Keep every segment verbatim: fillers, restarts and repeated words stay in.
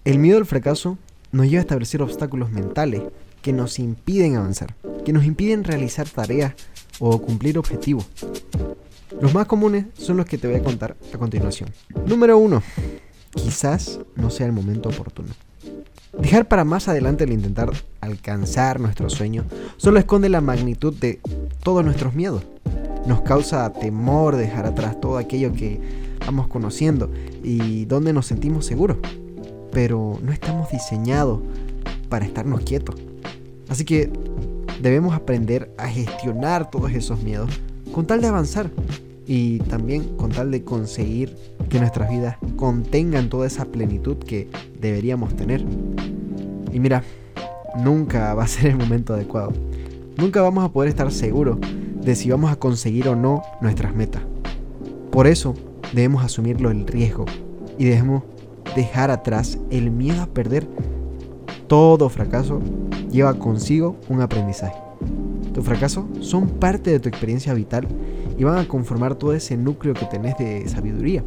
El miedo al fracaso nos lleva a establecer obstáculos mentales que nos impiden avanzar, que nos impiden realizar tareas o cumplir objetivos. Los más comunes son los que te voy a contar a continuación. Número uno. Quizás no sea el momento oportuno. Dejar para más adelante el intentar alcanzar nuestro sueño solo esconde la magnitud de todos nuestros miedos. Nos causa temor dejar atrás todo aquello que vamos conociendo y donde nos sentimos seguros. Pero no estamos diseñados para estarnos quietos. Así que debemos aprender a gestionar todos esos miedos con tal de avanzar y también con tal de conseguir que nuestras vidas contengan toda esa plenitud que deberíamos tener. Y mira, nunca va a ser el momento adecuado. Nunca vamos a poder estar seguros de si vamos a conseguir o no nuestras metas. Por eso debemos asumirlo el riesgo y debemos dejar atrás el miedo a perder. Todo fracaso lleva consigo un aprendizaje. Tus fracasos son parte de tu experiencia vital y van a conformar todo ese núcleo que tenés de sabiduría.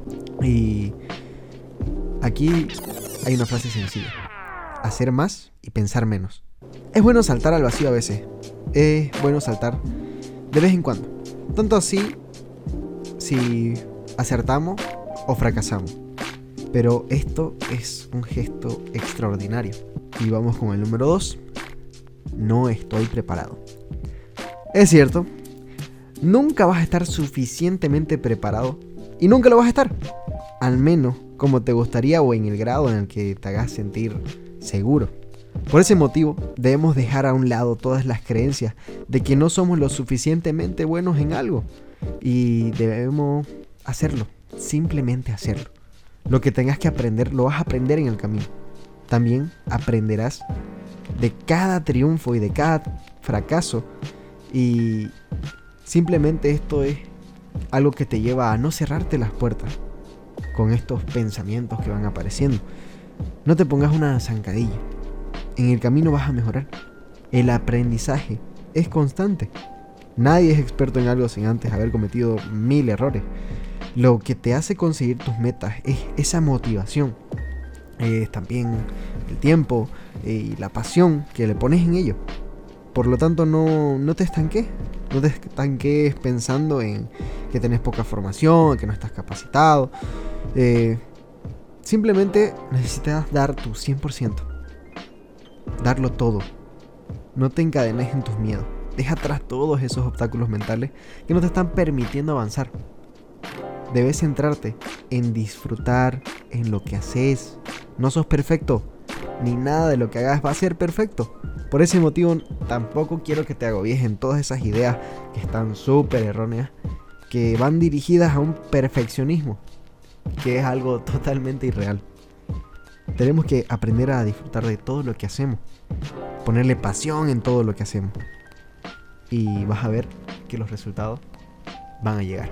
Y aquí hay una frase sencilla: hacer más y pensar menos. Es bueno saltar al vacío a veces. Es bueno saltar de vez en cuando. Tanto así si acertamos o fracasamos. Pero esto es un gesto extraordinario. Y vamos con el número dos. No estoy preparado. Es cierto, nunca vas a estar suficientemente preparado y nunca lo vas a estar. Al menos como te gustaría o en el grado en el que te hagas sentir seguro. Por ese motivo, debemos dejar a un lado todas las creencias de que no somos lo suficientemente buenos en algo. Y debemos hacerlo, simplemente hacerlo. Lo que tengas que aprender, lo vas a aprender en el camino. También aprenderás de cada triunfo y de cada fracaso. Y simplemente esto es algo que te lleva a no cerrarte las puertas con estos pensamientos que van apareciendo. No te pongas una zancadilla. En el camino vas a mejorar. El aprendizaje es constante. Nadie es experto en algo sin antes haber cometido mil errores. Lo que te hace conseguir tus metas es esa motivación. Es también el tiempo y la pasión que le pones en ello. Por lo tanto, no, no te estanques. No te estanques pensando en que tenés poca formación, que no estás capacitado. Eh, simplemente necesitas dar tu cien por ciento. Darlo todo. No te encadenes en tus miedos. Deja atrás todos esos obstáculos mentales que no te están permitiendo avanzar. Debes centrarte en disfrutar en lo que haces. No sos perfecto, ni nada de lo que hagas va a ser perfecto. Por ese motivo tampoco quiero que te agobies en todas esas ideas que están súper erróneas, que van dirigidas a un perfeccionismo, que es algo totalmente irreal. Tenemos que aprender a disfrutar de todo lo que hacemos, ponerle pasión en todo lo que hacemos. Y vas a ver que los resultados van a llegar.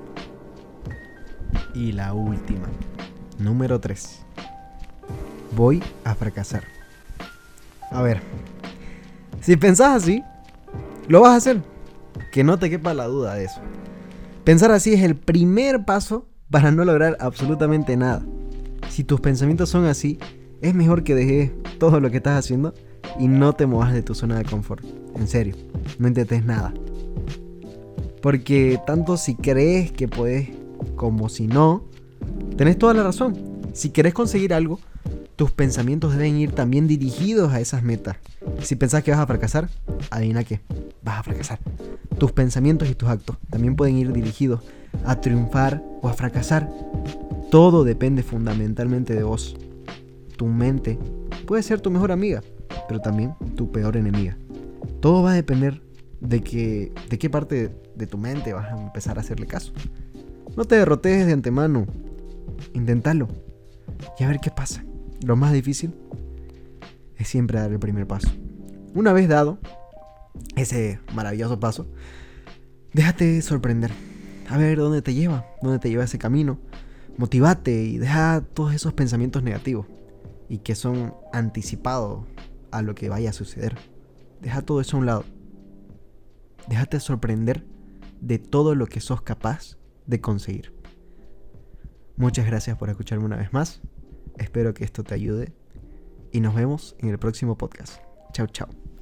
Y la última, número tres. Voy a fracasar. A ver, si pensás así, lo vas a hacer. Que no te quepa la duda de eso. Pensar así es el primer paso para no lograr absolutamente nada. Si tus pensamientos son así, es mejor que dejes todo lo que estás haciendo y no te muevas de tu zona de confort. En serio, no intentes nada. Porque tanto si crees que puedes como si no, tenés toda la razón. Si querés conseguir algo, tus pensamientos deben ir también dirigidos a esas metas. Si pensás que vas a fracasar, adivina qué, vas a fracasar. Tus pensamientos y tus actos también pueden ir dirigidos a triunfar o a fracasar. Todo depende fundamentalmente de vos. Tu mente puede ser tu mejor amiga, pero también tu peor enemiga. Todo va a depender de, que, de qué parte de tu mente vas a empezar a hacerle caso. No te derrotes de antemano. Inténtalo y a ver qué pasa. Lo más difícil es siempre dar el primer paso. Una vez dado ese maravilloso paso, déjate sorprender. A ver dónde te lleva, dónde te lleva ese camino. Motívate y deja todos esos pensamientos negativos y que son anticipados a lo que vaya a suceder. Deja todo eso a un lado. Déjate sorprender de todo lo que sos capaz de conseguir. Muchas gracias por escucharme una vez más. Espero que esto te ayude y nos vemos en el próximo podcast. Chao, chao.